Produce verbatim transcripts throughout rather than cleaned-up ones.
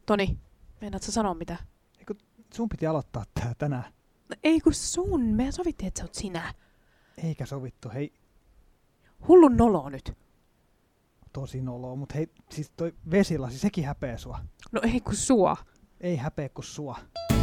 Toni, meinaatko sanoa mitä? Eiku, sun piti aloittaa tää tänään. No, ei kun sun, mehän sovittiin, että sä oot sinä. Eikä sovittu, hei. Hullun noloa nyt. Tosi noloa, mut hei, siis toi vesilasi, sekin häpeä sua. No ei kun sua. Ei häpeä kuin sua.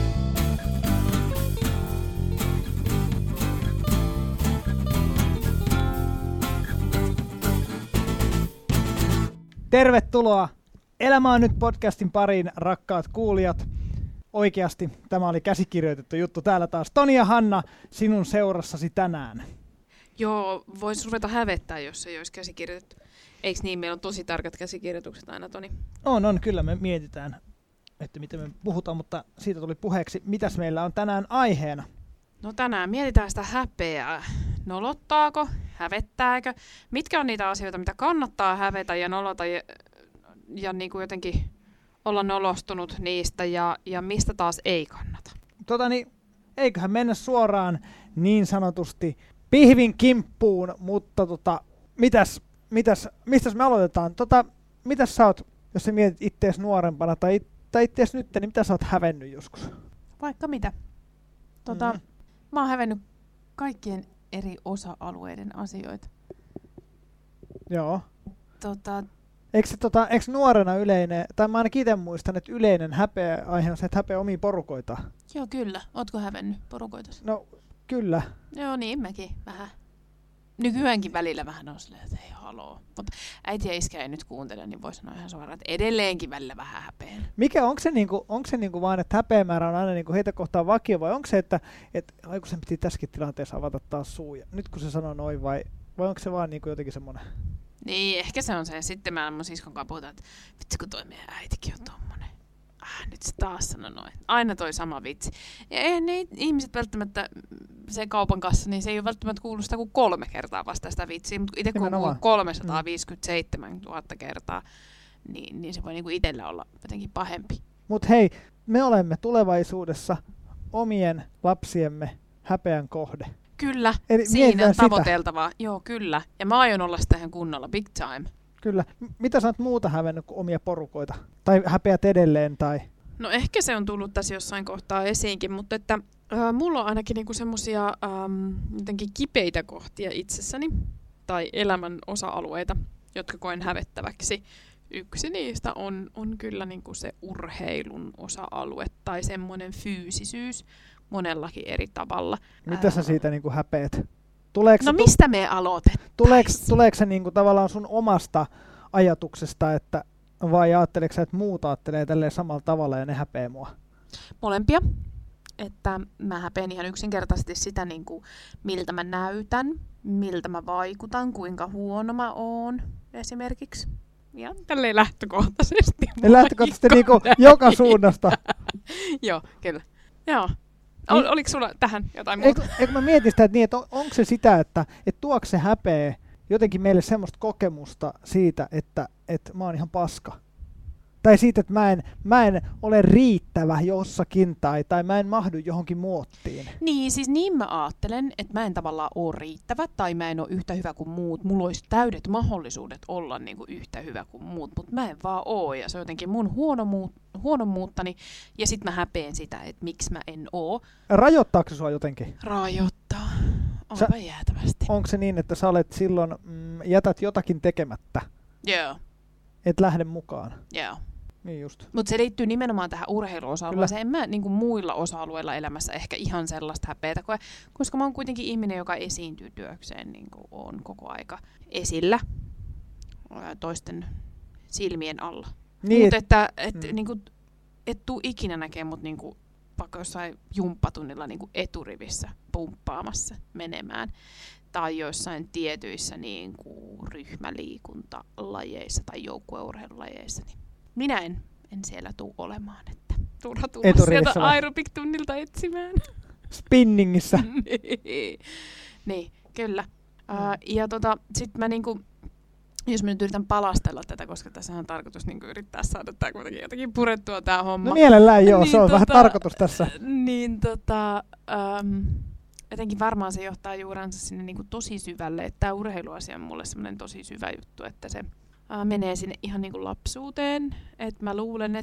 Tervetuloa Elämä on nyt podcastin pariin, rakkaat kuulijat. Oikeasti tämä oli käsikirjoitettu juttu. Täällä taas Toni ja Hanna sinun seurassasi tänään. Joo, vois ruveta hävettää, jos ei olisi käsikirjoitettu. Eiks niin? Meillä on tosi tarkat käsikirjoitukset aina, Toni. On, on. Kyllä me mietitään, että miten me puhutaan, mutta siitä tuli puheeksi. Mitäs meillä on tänään aiheena? No tänään mietitään sitä häpeää. Nolottaako? Hävettääkö? Mitkä on niitä asioita, mitä kannattaa hävetä ja nolota ja, ja niin kuin jotenkin olla nolostunut niistä ja, ja mistä taas ei kannata? Tota niin, eiköhän mennä suoraan niin sanotusti pihvin kimppuun, mutta tota, mitäs, mitäs, mistäs me aloitetaan? Tota, mitäs sä oot, jos sä mietit ittees nuorempana tai, tai ittees nyt, niin mitä sä oot hävennyt joskus? Vaikka mitä. Tota, Mm. Mä oon hävennyt kaikkien eri osa-alueiden asioita. Joo. Tota, Eikö, se, tota, eikö nuorena yleinen, tai mä ainakin itse muistan, että yleinen häpeä aihe on se, että häpeä omia porukoita. joo kyllä. Ootko hävennyt porukoita? No, kyllä. Joo niin, mäkin vähän. Nykyäänkin välillä vähän on silleen, että ei haloo. Mutta äiti ja iskä ei nyt kuuntele, niin voi sanoa ihan suoraan, että edelleenkin välillä vähän häpeän. Mikä, onko se, niinku, onko se niinku vaan, että häpeämäärä on aina niinku heitä kohtaan vakio, vai onko se, että et, ai kun sen piti tässäkin tilanteessa avata taas suu, ja nyt kun se sanoo noin, vai, vai onko se vaan niinku jotenkin semmoinen? Niin, ehkä se on se. Sitten mä mun siskon kanssa puhutaan, että vitsi kun toi meidän äitikin on tommonen. Ah, nyt se taas sanoi noin. Aina toi sama vitsi. Ja eihän ne ihmiset välttämättä, se kaupan kanssa, niin se ei ole välttämättä kuullut sitä kuin kolme kertaa vasta sitä vitsiä. Mutta itse kun on kuullut kolmesataaviisikymmentäseitsemäntuhatta kertaa, niin, niin se voi niinku itsellä olla jotenkin pahempi. Mut hei, me olemme tulevaisuudessa omien lapsiemme häpeän kohde. Kyllä, Eli siinä mietitään on sitä. tavoiteltavaa. Joo, kyllä. Ja mä aion olla sitä ihan kunnolla, big time. Kyllä. M- Mitä sä oot muuta hävennyt kuin omia porukoita? Tai häpeät edelleen? Tai... No ehkä se on tullut tässä jossain kohtaa esiinkin, mutta että äh, mulla on ainakin niinku semmosia ähm, jotenkin kipeitä kohtia itsessäni tai elämän osa-alueita, jotka koen hävettäväksi. Yksi niistä on, on kyllä niinku se urheilun osa-alue tai semmoinen fyysisyys monellakin eri tavalla. Mitä Äh, sä siitä niinku häpeät? Tuleeko No se, mistä me aloitetaan? tuleeko, tuleeko se niinku tavallaan sun omasta ajatuksesta, että vai ajatteleeko sä, että muut ajattelee tälleen samalla tavalla ja ne häpeä mua? Molempia. Että mä häpeän ihan yksinkertaisesti sitä, niin kuin, miltä mä näytän, miltä mä vaikutan, kuinka huono mä oon esimerkiksi. Ja tälleen lähtökohtaisesti. Ne lähtökohtaisesti niinku joka suunnasta. Joo, kyllä. Joo. Ol, oliko sulla tähän jotain Eikö, muuta? eikö mä mietin sitä, että, niin, että on, onko se sitä, että, että tuoko se häpeä jotenkin meille semmoista kokemusta siitä, että, että mä oon ihan paska. Tai siitä, että mä en, mä en ole riittävä jossakin tai, tai mä en mahdu johonkin muottiin. Niin, siis niin mä ajattelen, että mä en tavallaan ole riittävä tai mä en ole yhtä hyvä kuin muut. Mulla olisi täydet mahdollisuudet olla niin kuin yhtä hyvä kuin muut, mutta mä en vaan oo. Ja se on jotenkin mun huonomuut, huonomuuttani ja sit mä häpeän sitä, että miksi mä en oo. Rajoittaako se sua jotenkin? Rajoittaa. Sä- Onpa jäätävästi. Onko se niin, että sä olet silloin, mm, jätät jotakin tekemättä, Joo, et lähde mukaan? joo. Niin just. Mutta se liittyy nimenomaan tähän Kyllä. urheiluosa-alueeseen. En mä niin kuin muilla osa-alueilla elämässä ehkä ihan sellaista häpeätä koe, koska mä oon kuitenkin ihminen, joka esiintyy työkseen, niin kuin on koko aika esillä ää, toisten silmien alla. Niin, Mutta että et, Mm. niin kuin, et tuu ikinä näkee mut niin kuin, vaikka jossain jumppatunnilla niin kuin eturivissä pumppaamassa menemään. Tai joissain tietyissä niin kuin ryhmäliikuntalajeissa tai joukkueurheilulajeissa. Niin minä en, en siellä tuu olemaan, että turha tulla Eturivissä sieltä vai? aerobik-tunnilta etsimään. spinningissä. niin. niin, kyllä. Mm. Uh, ja tota, sit mä niinku, jos mä nyt yritän palastella tätä, koska tässä on tarkoitus niinku yrittää saada tää kuitenkin jotenkin purettua tää homma. No mielellään joo, Niin se on tota- vähän tarkoitus tässä. Niin tota, um, jotenkin varmaan se johtaa juuransa sinne niinku tosi syvälle, että tää urheiluasia on mulle semmonen tosi syvä juttu, että se uh, menee sinne ihan niinku lapsuuteen, että mä luulen, että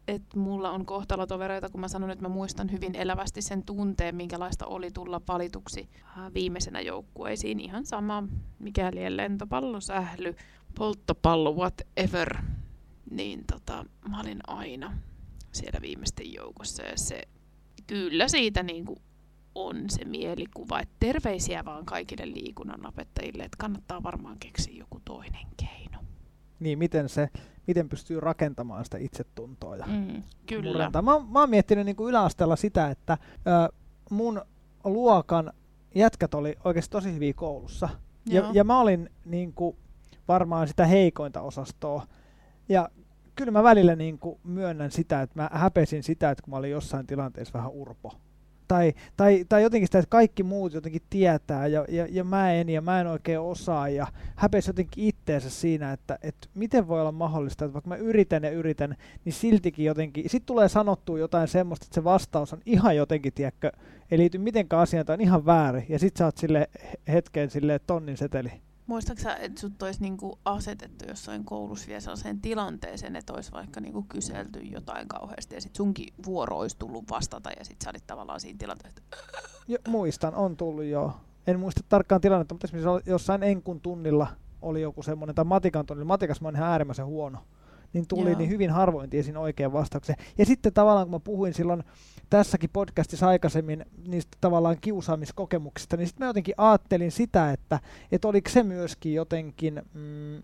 et mulla on kohtalotovereita, kun mä sanon, että mä muistan hyvin elävästi sen tunteen, minkälaista oli tulla valituksi viimeisenä joukkueisiin. Ihan sama, mikäli lentopallo, sähly, polttopallo, whatever. Niin tota, mä olin aina siellä viimeisten joukossa ja se kyllä siitä niinku on se mielikuva, että terveisiä vaan kaikille liikunnan opettajille, että kannattaa varmaan keksiä joku toinen keino. Niin, miten se, miten pystyy rakentamaan sitä itsetuntoa ja mm, kyllä. murentaa. Mä, mä oon miettinyt niin kuin yläasteella sitä, että ö, mun luokan jätkät oli oikeasti tosi hyviä koulussa. Ja, ja mä olin niin kuin, varmaan sitä heikointa osastoa. Ja kyllä mä välillä niin kuin myönnän sitä, että mä häpesin sitä, että kun mä olin jossain tilanteessa vähän urpo. Tai, tai, tai jotenkin sitä, että kaikki muut jotenkin tietää ja, ja, ja mä en ja mä en oikein osaa ja häpeisi jotenkin itteensä siinä, että, että miten voi olla mahdollista, että vaikka mä yritän ja yritän, niin siltikin jotenkin, sit tulee sanottua jotain semmoista, että se vastaus on ihan jotenkin, tiedätkö, ei liity mitenkään asiaan, tai on ihan väärin ja sit sä oot sille hetkeen silleen tonnin seteli. Muistatko sä, että sut olisi niinku asetettu jossain koulussa vielä sellaiseen tilanteeseen, että olisi vaikka niinku kyselty jotain kauheasti ja sit sunkin vuoro olisi tullut vastata ja sit sä olit tavallaan siinä tilanteessa? Jo, muistan, on tullut joo. En muista tarkkaan tilannetta, mutta esimerkiksi jossain enkun tunnilla oli joku semmoinen, tai matikan tunnilla, matikas mä oon ihan äärimmäisen huono, niin tuli joo. Niin hyvin harvoin tiesin oikean vastauksen. Ja sitten tavallaan kun mä puhuin silloin tässäkin podcastissa aikaisemmin niistä tavallaan kiusaamiskokemuksista, niin sitten mä jotenkin ajattelin sitä, että, että oliko se myöskin jotenkin mm,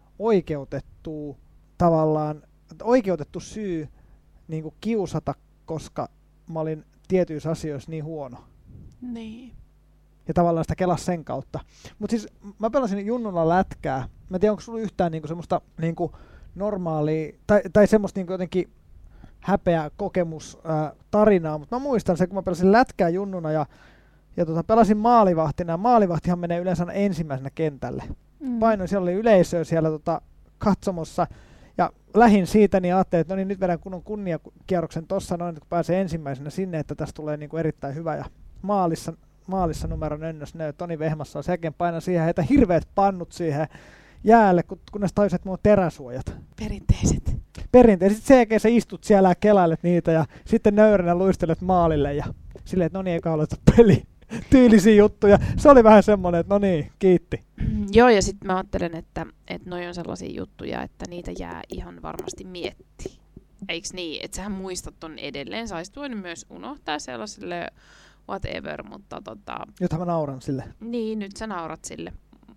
oikeutettu tavallaan, oikeutettu syy niin kuin kiusata, koska mä olin tietyissä asioissa niin huono. Niin. Ja tavallaan sitä kelasi sen kautta. Mutta siis mä pelasin junnulla lätkää. Mä en tiedä, onko sulla yhtään niinku semmoista niinku normaalia, tai, tai semmoista niinku jotenkin häpeä kokemus ää, tarinaa, mutta mä muistan sen, kun mä pelasin lätkää junnuna ja, ja tota, pelasin maalivahtina, ja maalivahtihan menee yleensä ensimmäisenä kentälle. Mm. Painoin, siellä oli yleisöä siellä tota, katsomossa, ja lähin siitä, niin ajattelin, että no niin, nyt vedän kunnon kunniakierroksen tossa noin, kun pääsee ensimmäisenä sinne, että tästä tulee niinku erittäin hyvä, ja maalissa, maalissa numeron ennös, ne Toni Vehmassa on sekin painan siihen, heitä hirveät pannut siihen jäälle, kun, kunnes tajusit, että mulla on teräsuojat. Perinteiset. Perinteiset. Sitten sen jälkeen sä istut siellä ja kelailet niitä ja sitten nöyränä luistelet maalille ja silleen, että no niin, eikä aloita peli. Tyylisiä juttuja. Se oli vähän semmoinen, että no niin, kiitti. Joo, ja sitten mä ajattelen, että, että noi on sellaisia juttuja, että niitä jää ihan varmasti miettiä. Eiks niin? Että sähän muistat ton edelleen. Sä olisit voinut myös unohtaa sellaiselle whatever, mutta tota... Jothan mä nauran sille. Niin, nyt sä naurat sille.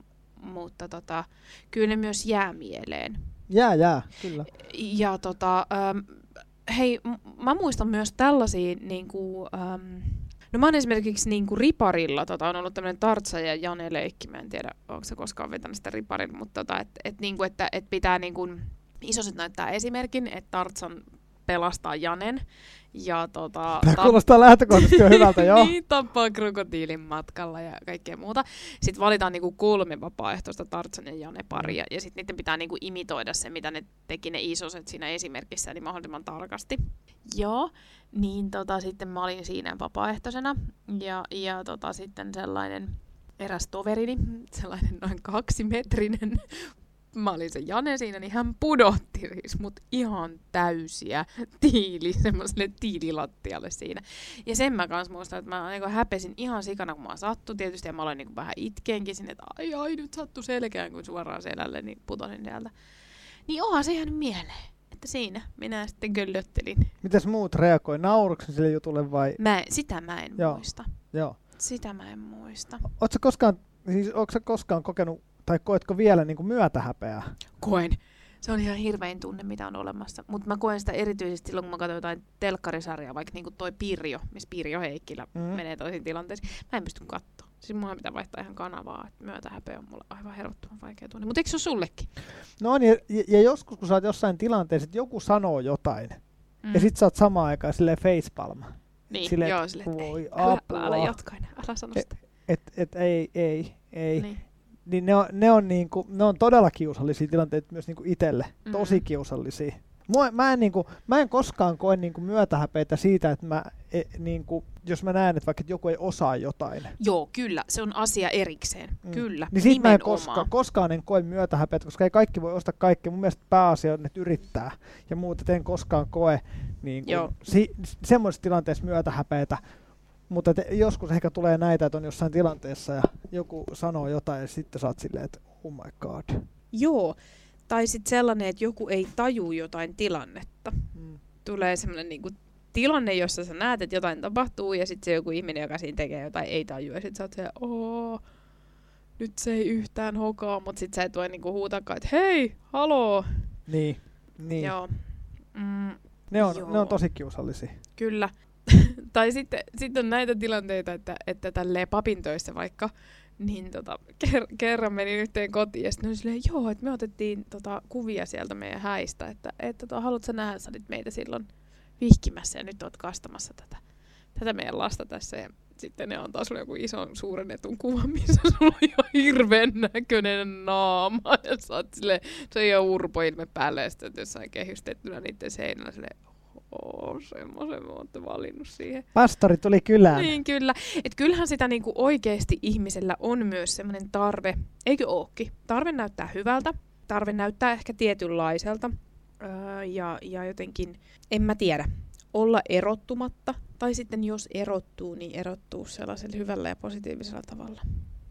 Mutta tota, kyllä ne myös jää mieleen. Jää, jää, kyllä. Ja tota, ähm, hei, m- mä muistan myös tällaisia, niinku, ähm, no mä oon esimerkiksi niinku riparilla, tota, on ollut tämmönen Tartsa ja Jane leikki, mä en tiedä, onko se koskaan vetänyt sitä riparilla, mutta tota, et, et, niinku, että et pitää niinku, isoset näyttää esimerkin, että Tartsan pelastaa Janen. Ja tota, tämä kuulostaa lähtökohtaisesti jo hyvältä, joo. Niin, tappaa krokotiilin matkalla ja kaikkea muuta. Sitten valitaan niinku kolme vapaaehtoista Tartsan ja Jane paria. Ja sitten niiden pitää niinku imitoida se, mitä ne teki ne isoset siinä esimerkissä, niin mahdollisimman tarkasti. Joo, niin tota, sitten mä olin siinä vapaaehtoisena. Ja, ja tota, sitten sellainen eräs toverini, sellainen noin kaksimetrinen, mä olin se Jane siinä, niin hän pudotti siis mut ihan täysiä tiili, semmoiselle tiililattialle siinä. Ja sen mä kans muistan, että mä niin häpesin ihan sikana, kun mä sattui tietysti, ja mä aloin niin vähän itkeenkin sinne, että ai ai, nyt sattu selkään, kun suoraan selälle, niin putosin sieltä. Niin onhan se jäänyt mieleen, että siinä minä sitten köllöttelin. Mitäs muut reagoi? Nauruksen sille jutulle vai? Mä, sitä mä en Joo. muista. Joo. Sitä mä en muista. Ootko sä koskaan, siis ootko sä koskaan kokenut, tai koetko vielä niin kuin myötähäpeää? Koen. Se on ihan hirvein tunne, mitä on olemassa. Mutta mä koen sitä erityisesti silloin, kun mä katson jotain telkkarisarjaa, vaikka niinku toi Pirjo, missä Pirjo Heikkilä mm. menee toisiin tilanteisiin. Mä en pysty katsoa. Siis mulla pitää vaihtaa ihan kanavaa, että myötähäpeä on mulle aivan hervottoman vaikea tunne. Mutta eikö se ole sullekin? No on, ja, ja joskus kun sä oot jossain tilanteessa, että joku sanoo jotain, mm. ja sit sä oot samaan aikaan silleen facepalma. Niin, silleen, joo, silleen, voi älä, apua. älä, älä jatko enää, älä sano sitä. Et, et, et ei, ei, ei. Niin. Niin ne on, ne, on niinku, ne on todella kiusallisia tilanteita myös niinku itselle, mm. tosi kiusallisia. Mua, mä, en, niinku, mä en koskaan koe niinku myötähäpeitä siitä, että mä, e, niinku, jos mä näen, että vaikka joku ei osaa jotain. Joo, kyllä. Se on asia erikseen. Mm. Kyllä, niin siitä mä en koska, koskaan en koe myötähäpeitä, koska ei kaikki voi ostaa kaikkea. Mun mielestä pääasia on, että yrittää. Ja muuta en koskaan koe niinku, si, semmoisessa tilanteessa myötähäpeitä. Mutta te, joskus ehkä tulee näitä, että on jossain tilanteessa ja joku sanoo jotain ja sitten sä oot silleen, että oh my god. Joo. Tai sitten sellainen, että joku ei taju jotain tilannetta. Mm. Tulee sellainen niinku tilanne, jossa sä näet, että jotain tapahtuu, ja sitten se joku ihminen, joka siinä tekee jotain, ei tajua. Ja sitten sä oot siellä, ooo, nyt se ei yhtään hokaa, mutta sitten sä et voi niinku huutakaan, että hei, haloo. Niin, niin. Joo. Mm, ne, on, joo. ne on tosi kiusallisia. Kyllä. Tai sitten sit on näitä tilanteita, että, että tälleen papin töissä vaikka, niin tota, ker- kerran menin yhteen kotiin ja sitten oli silleen, joo, että me otettiin tota, kuvia sieltä meidän häistä, että et, tota, haluatko nähdä, sä olit meitä silloin vihkimässä ja nyt oot kastamassa tätä, tätä meidän lasta tässä. Ja sitten ne antaa sulle joku ison suurennetun kuvan, missä sulla on jo hirveän näköinen naama ja sä oot silleen, se on ihan urpo ilme päälle ja sitten jossain kehystettynä niiden seinällä silleen, oo, semmoisen me ootte valinnut siihen. Pastori tuli kylään. Niin, kyllä. Et kyllähän sitä niinku oikeesti ihmisellä on myös semmoinen tarve, eikö ookin? Tarve näyttää hyvältä, tarve näyttää ehkä tietynlaiselta öö, ja, ja jotenkin, en mä tiedä, olla erottumatta. Tai sitten jos erottuu, niin erottuu sellaisella hyvällä ja positiivisella tavalla.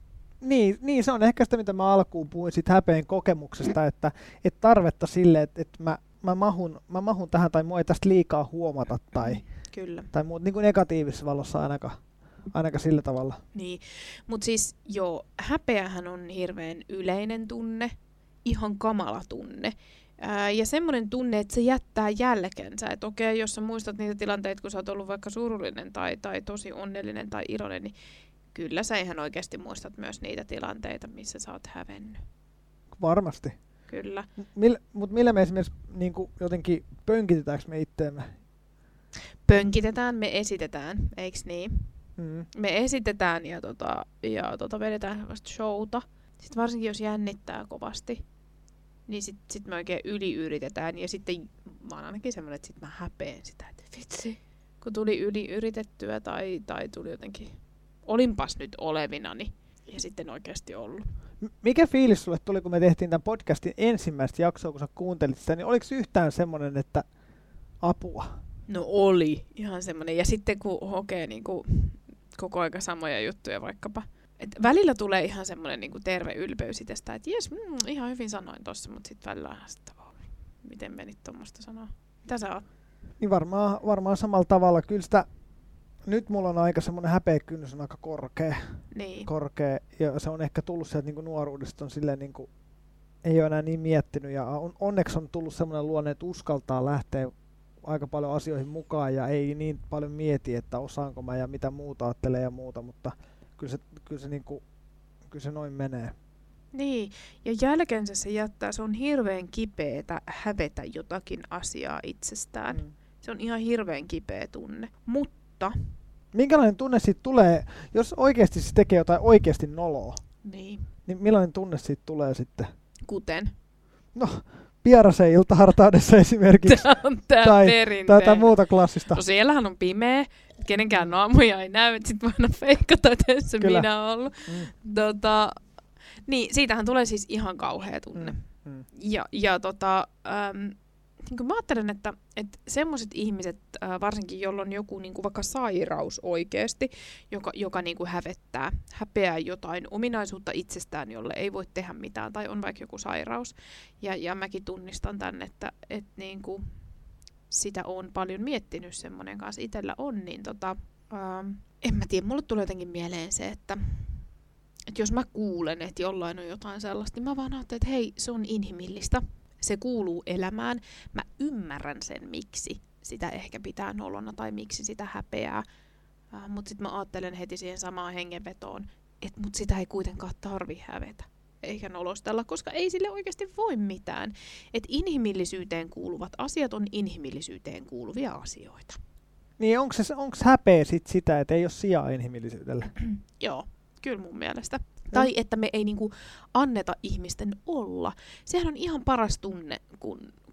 Niin, niin, se on ehkä sitä, mitä mä alkuun puhuin siitä häpeen kokemuksesta, että, että tarvetta sille, että, että mä Mä mahun, mä mahun tähän tai mua ei tästä liikaa huomata tai, Kyllä. tai muut, niin kuin negatiivisessa valossa ainakaan, ainakaan sillä tavalla. Niin, mutta siis joo, häpeähän on hirveän yleinen tunne, ihan kamala tunne. Ää, ja semmoinen tunne, että se jättää jälkensä. Että okei, jos sä muistat niitä tilanteita, kun sä oot ollut vaikka surullinen tai, tai tosi onnellinen tai iloinen, niin kyllä sä ihan oikeasti muistat myös niitä tilanteita, missä sä oot hävennyt. Varmasti. Kyllä. Mil, Mutta millä me esimerkiksi niin kuin jotenkin pönkitetäänkö me itteemme? Pönkitetään, me esitetään, eiks niin? Mm. Me esitetään ja, tota, ja tota, vedetään sellaista showta. Sitten varsinkin jos jännittää kovasti, niin sitten sit me oikein yliyritetään. Ja sitten mä oon ainakin semmoinen, että sit mä häpeen sitä, että vitsi, kun tuli yliyritettyä tai, tai tuli jotenkin, olinpas nyt olevinani ja sitten oikeasti ollut. Mikä fiilis sulle tuli, kun me tehtiin tämän podcastin ensimmäistä jaksoa, kun sä kuuntelit sitä, niin oliko yhtään semmoinen, että apua? No oli ihan semmoinen. Ja sitten kun hokee niin kuin koko aika samoja juttuja vaikkapa. Et välillä tulee ihan semmoinen niin kuin terve ylpeys itsestä, että jes, mm, ihan hyvin sanoin tossa, mutta sitten välillä on sitä, miten menit tuommoista sanoa. Mitä sä oot? Niin varmaan, varmaan samalla tavalla. Kyllä sitä, nyt mulla on aika semmoinen häpeäkynnys on aika korkea. Niin. korkea. Ja se on ehkä tullut sieltä niin kuin nuoruudesta, on silleen niin kuin, ei ole enää niin miettinyt. Ja on, onneksi on tullut semmoinen luonne, että uskaltaa lähteä aika paljon asioihin mukaan ja ei niin paljon mieti, että osaanko mä ja mitä muuta ajattelee ja muuta, mutta kyllä se, kyllä se, niin kuin, kyllä se noin menee. Niin, ja jälkensä se jättää, se on hirveän kipeetä hävetä jotakin asiaa itsestään. Mm. Se on ihan hirveän kipeä tunne, mutta... Minkälainen tunne siitä tulee, jos oikeasti se tekee jotain oikeasti noloa? Niin. Niin millainen tunne siitä tulee sitten? Kuten? No, Pieraseen iltahartaudessa esimerkiksi. Tämä on tämä tai, perinteinen. Tai muuta klassista. No siellähän on pimeä, kenenkään naamuja ei näy, että sit voidaan feikata, että se Kyllä. minä olen ollut. Mm. Tota, niin, siitähän tulee siis ihan kauhea tunne. Mm. Mm. Ja, ja tota, äm, niin mä ajattelen, että, että semmoiset ihmiset, äh, varsinkin jolla on joku niin kuin vaikka sairaus oikeasti, joka, joka niin kuin hävettää, häpeää jotain ominaisuutta itsestään, jolle ei voi tehdä mitään, tai on vaikka joku sairaus. Ja, ja mäkin tunnistan tämän, että, että niin kuin sitä on paljon miettinyt, semmoinen kanssa itsellä on, niin tota, ähm, en mä tiedä, mulle tulee jotenkin mieleen se, että, että jos mä kuulen, että jollain on jotain sellaista, niin mä vaan ajattelen, että hei, se on inhimillistä. Se kuuluu elämään. Mä ymmärrän sen, miksi sitä ehkä pitää nolona tai miksi sitä häpeää. Äh, mutta sitten mä ajattelen heti siihen samaan hengenvetoon, että mut sitä ei kuitenkaan tarvi hävetä eikä nolostella, koska ei sille oikeasti voi mitään. Että inhimillisyyteen kuuluvat asiat on inhimillisyyteen kuuluvia asioita. Niin onko se, onko häpeä sit sitä, että ei ole sijaa inhimillisyydelle? Joo, kyllä mun mielestä. Tai että me ei niinku anneta ihmisten olla. Sehän on ihan paras tunne, kun,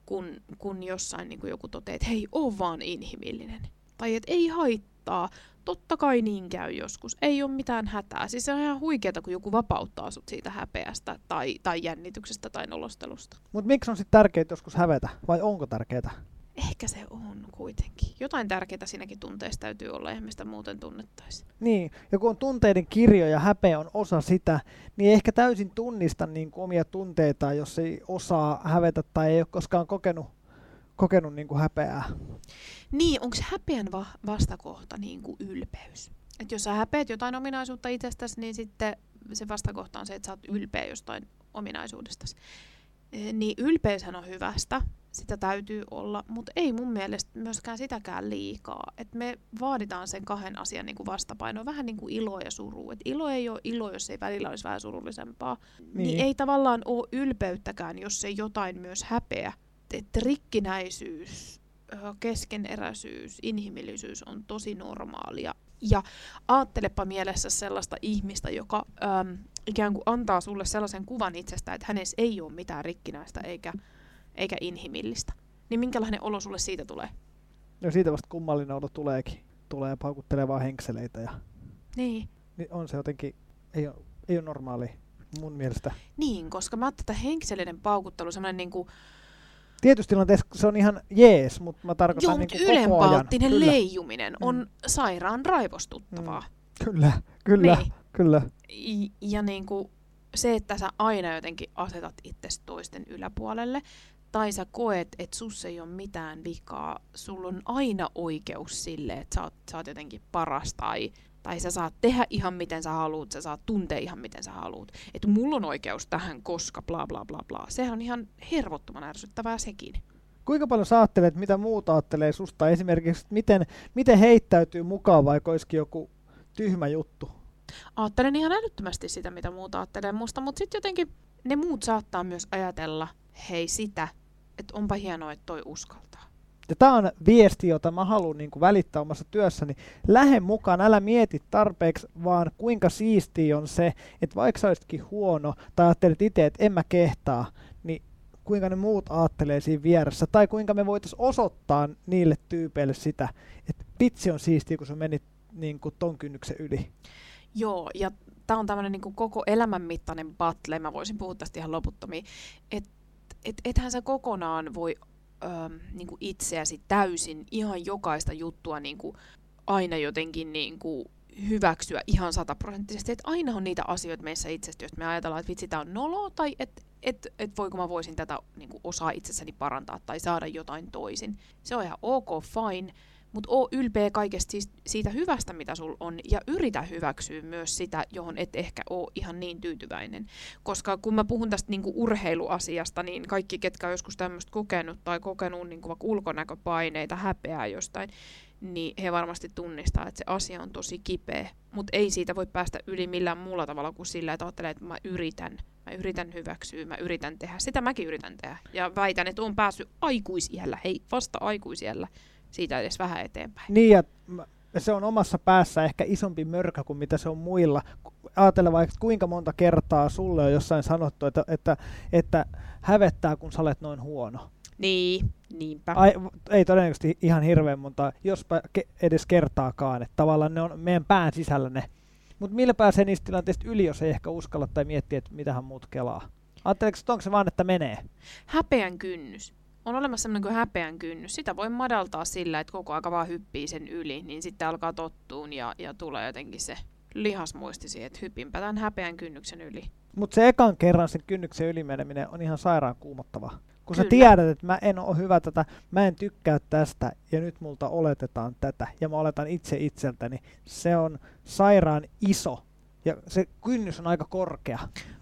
kun, kun jossain niin kuin joku toteaa, että hei, oo vaan inhimillinen. Tai että ei haittaa. Totta kai niin käy joskus. Ei ole mitään hätää. Siis se on ihan huikeeta, kun joku vapauttaa sut siitä häpeästä tai, tai jännityksestä tai nolostelusta. Mutta miksi on sitten tärkeää joskus hävetä? Vai onko tärkeää? Ehkä se on kuitenkin. Jotain tärkeää siinäkin tunteessa täytyy olla, eihän me sitä muuten tunnettaisi. Niin, ja kun on tunteiden kirjo ja häpeä on osa sitä, niin ei ehkä täysin tunnista niin kuin omia tunteitaan, jos ei osaa hävetä tai ei ole koskaan kokenut, kokenut niin kuin häpeää. Niin, onko häpeän va- vastakohta niin kuin ylpeys? Et jos sä häpeät jotain ominaisuutta itsestäsi, niin sitten se vastakohta on se, että sä oot ylpeä jostain ominaisuudestasi. E, niin ylpeyshän on hyvästä, sitä täytyy olla, mutta ei mun mielestä myöskään sitäkään liikaa. Et me vaaditaan sen kahden asian niin kuin vastapainoa, vähän niin kuin ilo ja suru. Et ilo ei ole ilo, jos ei välillä olisi vähän surullisempaa. Niin, niin ei tavallaan ole ylpeyttäkään, jos ei jotain myös häpeä. Et rikkinäisyys, keskeneräisyys, inhimillisyys on tosi normaalia. Ja aattelepa mielessä sellaista ihmistä, joka äm, ikään kuin antaa sulle sellaisen kuvan itsestä, että hänessä ei ole mitään rikkinäistä eikä, eikä inhimillistä. Niin minkälainen olo sulle siitä tulee? No siitä vasta kummallinen olo tuleekin. Tulee paukuttelevaa henkseleitä ja niin. Niin on se jotenkin, ei ole, ei ole normaali mun mielestä. Niin, koska mä ajattelin, että henkseleiden paukuttelu, semmoinen niinku tietysti tilanteessa se on ihan jees, mutta mä tarkoitan joo, niin kuin koko ajan. ylenpalttinen leijuminen on mm. sairaan raivostuttavaa. Mm. Kyllä, kyllä, niin. kyllä. Ja, ja niin kuin se, että sä aina jotenkin asetat itsesi toisten yläpuolelle, tai sä koet, että sus ei ole mitään vikaa, sulla on aina oikeus sille, että sä oot, sä oot jotenkin paras, tai, tai sä saat tehdä ihan miten sä haluut, sä saat tuntea ihan miten sä haluut. Että mulla on oikeus tähän, koska bla bla bla bla. Sehän on ihan hervottoman ärsyttävää sekin. Kuinka paljon sä ajattelet, mitä muut ajattelee susta? Esimerkiksi, miten, miten heittäytyy mukaan, vaikka olisikin joku tyhmä juttu? Ajattelen ihan älyttömästi sitä, mitä muut ajattelee musta, mutta sitten jotenkin ne muut saattaa myös ajatella, hei sitä, että onpa hienoa, että toi uskaltaa. Ja tämä on viesti, jota mä haluan niin kuin välittää omassa työssäni. Lähde mukaan, älä mieti tarpeeksi, vaan kuinka siistiä on se, että vaikka sä olisitkin huono, tai ajattelet itse, että en mä kehtaa, niin kuinka ne muut ajattelee siinä vieressä, tai kuinka me voitaisiin osoittaa niille tyypeille sitä, että vitsi on siistiä, kun sä menit niin kuin ton kynnyksen yli. Joo, ja tämä on tämmöinen niin kuin koko elämän mittainen battle, mä voisin puhua tästä ihan loputtomiin, että et, ethän sä kokonaan voi ö, niin kuin itseäsi täysin ihan jokaista juttua niin kuin aina jotenkin niin kuin hyväksyä ihan sataprosenttisesti, että aina on niitä asioita meissä itsestä, joista me ajatellaan, että vitsi, tää on noloa, tai että et, et voiko mä voisin tätä niin kuin osaa itsessäni parantaa tai saada jotain toisin. Se on ihan ok, fine, mutta oo ylpeä kaikesta siis siitä hyvästä, mitä sul on, ja yritä hyväksyä myös sitä, johon et ehkä oo ihan niin tyytyväinen. Koska kun mä puhun tästä niinku urheiluasiasta, niin kaikki, ketkä on joskus tämmöistä kokenut tai kokenut niinku vaikka ulkonäköpaineita, häpeää jostain, niin he varmasti tunnistaa, että se asia on tosi kipeä. Mutta ei siitä voi päästä yli millään muulla tavalla kuin sillä, että ajattelee, että mä yritän. Mä yritän hyväksyä, mä yritän tehdä. Sitä mäkin yritän tehdä. Ja väitän, että oon päässyt aikuisiällä, hei, vasta aikuisiällä, siitä edes vähän eteenpäin. Niin, ja se on omassa päässä ehkä isompi mörkä kuin mitä se on muilla. Ajattele vaikka, kuinka monta kertaa sulle on jossain sanottu, että, että, että hävettää, kun sä olet noin huono. Niin, niinpä. Ai, ei todennäköisesti ihan hirveän monta, jospa ke- edes kertaakaan. Että tavallaan ne on meidän pään sisällä ne. Mutta millä pääsee niistä tilanteista yli, jos ei ehkä uskalla tai miettiä, että mitähän muut kelaa? Ajatteleeko, että onko se vaan, että menee? Häpeän kynnys. On olemassa sellainen kuin häpeän kynnys. Sitä voi madaltaa sillä, että koko aika vaan hyppii sen yli, niin sitten alkaa tottuun ja, ja tulee jotenkin se lihasmuisti siihen, että hypinpä tämän häpeän kynnyksen yli. Mutta se ekan kerran sen kynnyksen ylimeneminen on ihan sairaan kuumottavaa. Kun Kyllä. Sä tiedät, että mä en ole hyvä tätä, mä en tykkää tästä ja nyt multa oletetaan tätä ja mä oletan itse itseltäni, se on sairaan iso ja se kynnys on aika korkea.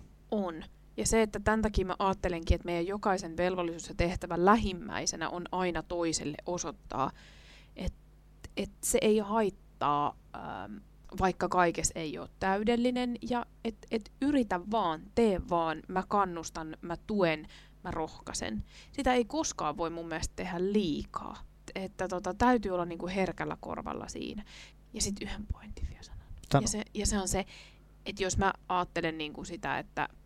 On. Ja se, että tämän takia mä ajattelenkin, että meidän jokaisen velvollisuus ja tehtävä lähimmäisenä on aina toiselle osoittaa, että, että se ei haittaa, ähm, vaikka kaikessa ei ole täydellinen, ja että et yritä vaan, tee vaan, mä kannustan, mä tuen, mä rohkaisen. Sitä ei koskaan voi mun mielestä tehdä liikaa, että tota, täytyy olla niinku herkällä korvalla siinä. Ja sitten yhden pointin vielä sanon. Sano. Ja se, ja se on se, että jos mä ajattelen niinku sitä, että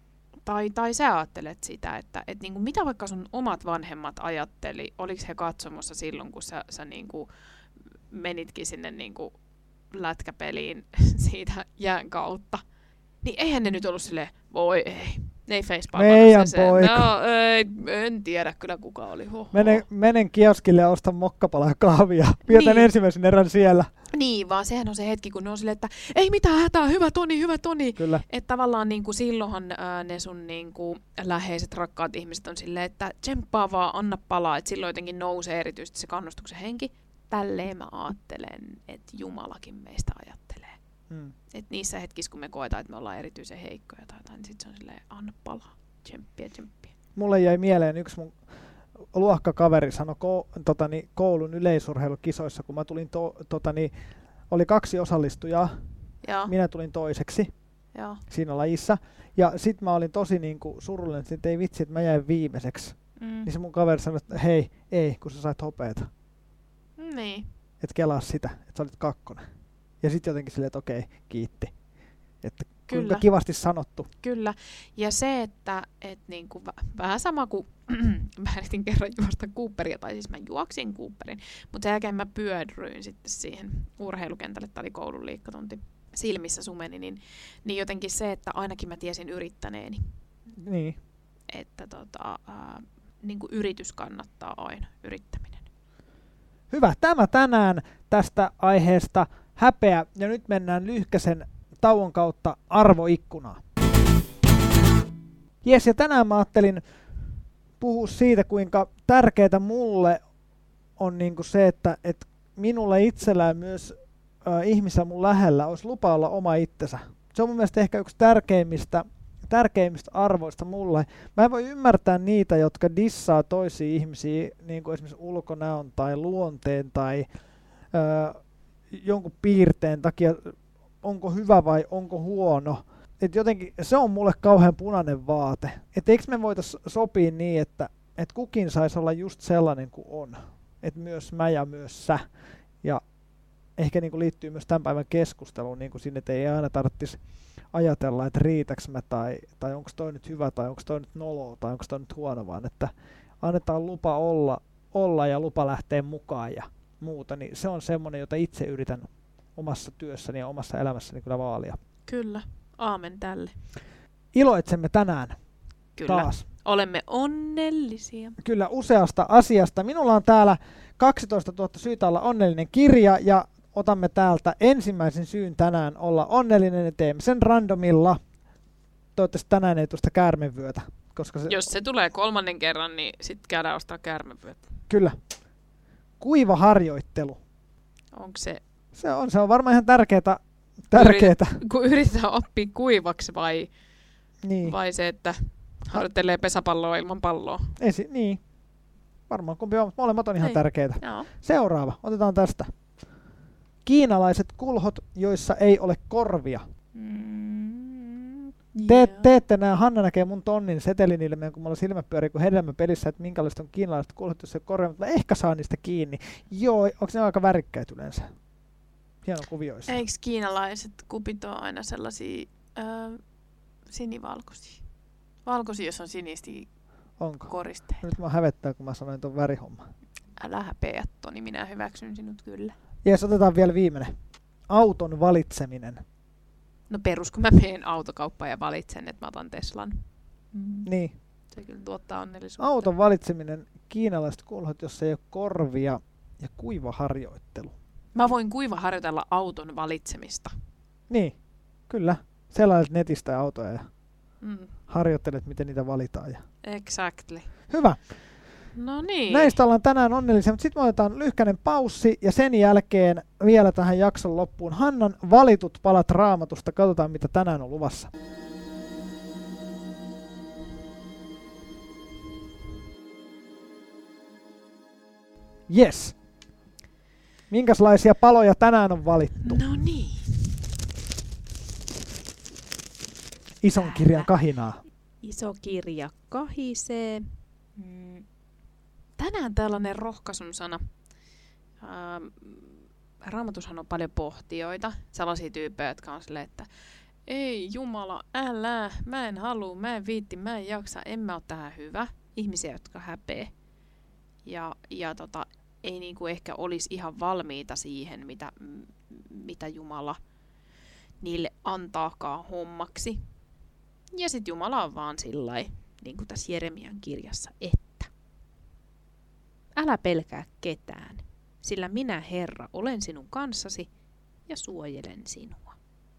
tai, tai sä ajattelet sitä, että et niinku, mitä vaikka sun omat vanhemmat ajatteli, oliko he katsomossa silloin, kun sä, sä niinku menitkin sinne niinku lätkäpeliin siitä jään kautta, niin eihän ne nyt ollut silleen, voi ei, ne ei facepalmannut sen. No ei, en tiedä kyllä kuka oli. Hoho. Menen, menen kioskille ja ostan mokkapalaa ja kahvia. Vietän niin. ensimmäisen erän siellä. Niin, vaan sehän on se hetki, kun ne on silleen, että ei mitään hätää, hyvä Toni, hyvä Toni. Kyllä. Että tavallaan niin kuin silloinhan ää, ne sun niin kuin läheiset, rakkaat ihmiset on silleen, että tsemppaa vaan, anna palaa. Että silloin jotenkin nousee erityisesti se kannustuksen henki. Tälleen mä ajattelen, että Jumalakin meistä ajattelee. Hmm. Että niissä hetkissä, kun me koetaan, että me ollaan erityisen heikkoja tai jotain, niin sit se on silleen, anna palaa, tsemppiä, tsemppiä. Mulle jäi mieleen yksi mun luokkakaveri sanoi ko- totani, koulun yleisurheilukisoissa, kun mä tulin, to- totani, oli kaksi osallistujaa, ja. minä tulin toiseksi ja. siinä lajissa. Ja sit mä olin tosi niinku surullinen, että ei vitsi, että mä jäin viimeiseksi. Mm. Niin se mun kaveri sanoi, että hei, ei, kun sä sait hopeeta. Niin. Et kelaa sitä, että sä olit kakkonen. Ja sitten jotenkin silleen, että okei, kiitti. Että kuinka kivasti sanottu. Kyllä. Ja se, että et niinku, vähän sama kuin mä yritin kerran juosta Cooperia, tai siis mä juoksin Cooperin, mutta sen jälkeen mä pyödryin sitten siihen urheilukentälle, tämä oli koulun liikkatunti, silmissä sumeni, niin, niin jotenkin se, että ainakin mä tiesin yrittäneeni. Niin. Että tota, ää, niinku yritys kannattaa aina, yrittäminen. Hyvä. Tämä tänään tästä aiheesta häpeä, ja nyt mennään lyhkäsen tauon kautta arvoikkunaan. Jes, ja tänään mä ajattelin puhua siitä, kuinka tärkeää mulle on niinku se, että et minulle itsellään myös äh, ihmisellä mun lähellä olisi lupa olla oma itsensä. Se on mun mielestä ehkä yksi tärkeimmistä, tärkeimmistä arvoista mulle. Mä en voi ymmärtää niitä, jotka dissaa toisia ihmisiä, niin kuin esimerkiksi ulkonäön tai luonteen tai äh, jonkun piirteen takia, onko hyvä vai onko huono. Et jotenkin se on mulle kauhean punainen vaate. Et eikö me voitaisiin sopia niin, että et kukin saisi olla just sellainen kuin on. Että myös mä ja myös sä. Ja ehkä niinku liittyy myös tämän päivän keskusteluun niinku sinne, että ei aina tarvitsisi ajatella, että riitäks mä tai, tai onko toi nyt hyvä tai onko toi nyt noloa tai onko toi nyt huono, vaan että annetaan lupa olla, olla ja lupa lähteä mukaan ja muuta. Niin se on semmoinen, jota itse yritän omassa työssäni ja omassa elämässäni kyllä vaalia. Kyllä. Aamen tälle. Iloitsemme tänään Kyllä. taas. Olemme onnellisia. Kyllä, useasta asiasta. Minulla on täällä kaksitoistatuhatta syytä olla onnellinen kirja ja otamme täältä ensimmäisen syyn tänään olla onnellinen ja teemme sen randomilla. Toivottavasti tänään ei tule sitä käärmevyötä. Koska se... Jos se tulee kolmannen kerran, niin sitten käydään ostaa käärmevyötä. Kyllä. Kuiva harjoittelu. Onko se... Se on, se on varmaan ihan tärkeää. Tärkeetä. Yrit, kun yritetään oppia kuivaksi vai, niin. vai se, että harjoittelee pesäpalloa ilman palloa? Esi- niin. Varmaan kumpi on, mutta molemmat on ihan Ei. tärkeitä. Joo. Seuraava, otetaan tästä. Kiinalaiset kulhot, joissa ei ole korvia. Mm, Te, yeah. teette nämä, Hanna näkee mun tonnin setelin ilmeen, kun mulla silmät pyörii kuin hedelmäpelissä, että minkälaiset on kiinalaiset kulhot, jos ei ole korvia, mutta mä ehkä saan niistä kiinni. Joo, onko ne aika värikkäitä yleensä? Hieno kuvioissa. Eikö kiinalaiset kupit ole aina sellaisia ö, sinivalkoisia? Valkoisia, jos on sinistä Onko? koristeita. Nyt mä hävettää, kun mä sanoin ton värihomman. Älä häpeä, Toni, minä hyväksyn sinut kyllä. Jes, otetaan vielä viimeinen. Auton valitseminen. No perus, kun mä menen autokauppaan ja valitsen, että mä otan Teslan. Mm. Niin. Se kyllä tuottaa onnellisuutta. Auton valitseminen, kiinalaiset kulhot, jos ei ole korvia ja kuiva harjoittelu. Mä voin kuiva harjoitella auton valitsemista. Niin, kyllä. Sellaiset netistä autoja ja Mm. harjoittelet, miten niitä valitaan. Ja... Exactly. Hyvä. No niin. Näistä ollaan tänään onnellisia, mutta sitten me otetaan lyhkäinen paussi ja sen jälkeen vielä tähän jakson loppuun Hannan valitut palat Raamatusta. Katsotaan, mitä tänään on luvassa. Yes. Minkälaisia paloja tänään on valittu? No niin. Ison kirjan kahinaa. Iso kirja kahisee. Mm. Tänään tällainen rohkaisun sana. Ähm, Raamatussahan on paljon pohtijoita. Sellaisia tyyppejä, jotka on silleen, että ei Jumala, älä, mä en halua, mä en viitti, mä en jaksa, en mä oo tähän hyvä. Ihmisiä, jotka häpee. Ja, ja tota, ei niinku ehkä olisi ihan valmiita siihen, mitä, mitä Jumala niille antaakaan hommaksi. Ja sit Jumala on vaan sillai, niin kuin tässä Jeremian kirjassa, että älä pelkää ketään, sillä minä, Herra, olen sinun kanssasi ja suojelen sinua.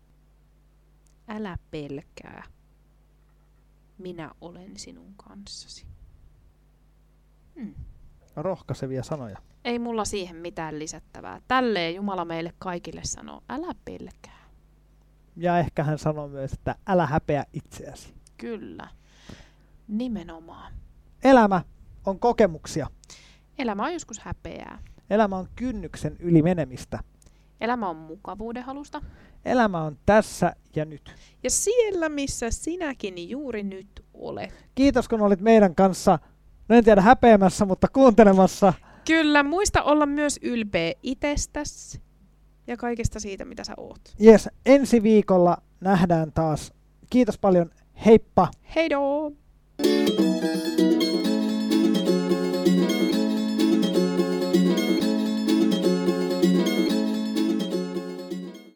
Älä pelkää, minä olen sinun kanssasi. Hmm. Rohkaisevia sanoja. Ei mulla siihen mitään lisättävää. Tälleen Jumala meille kaikille sanoo, älä pelkää. Ja ehkä hän sanoo myös, että älä häpeä itseäsi. Kyllä, nimenomaan. Elämä on kokemuksia. Elämä on joskus häpeää. Elämä on kynnyksen yli menemistä. Elämä on mukavuuden halusta. Elämä on tässä ja nyt. Ja siellä, missä sinäkin juuri nyt olet. Kiitos, kun olit meidän kanssa, no en tiedä häpeämässä, mutta kuuntelemassa. Kyllä, muista olla myös ylpeä itsestäsi ja kaikesta siitä, mitä sä oot. Jes, ensi viikolla nähdään taas. Kiitos paljon. Heippa! Heidoo!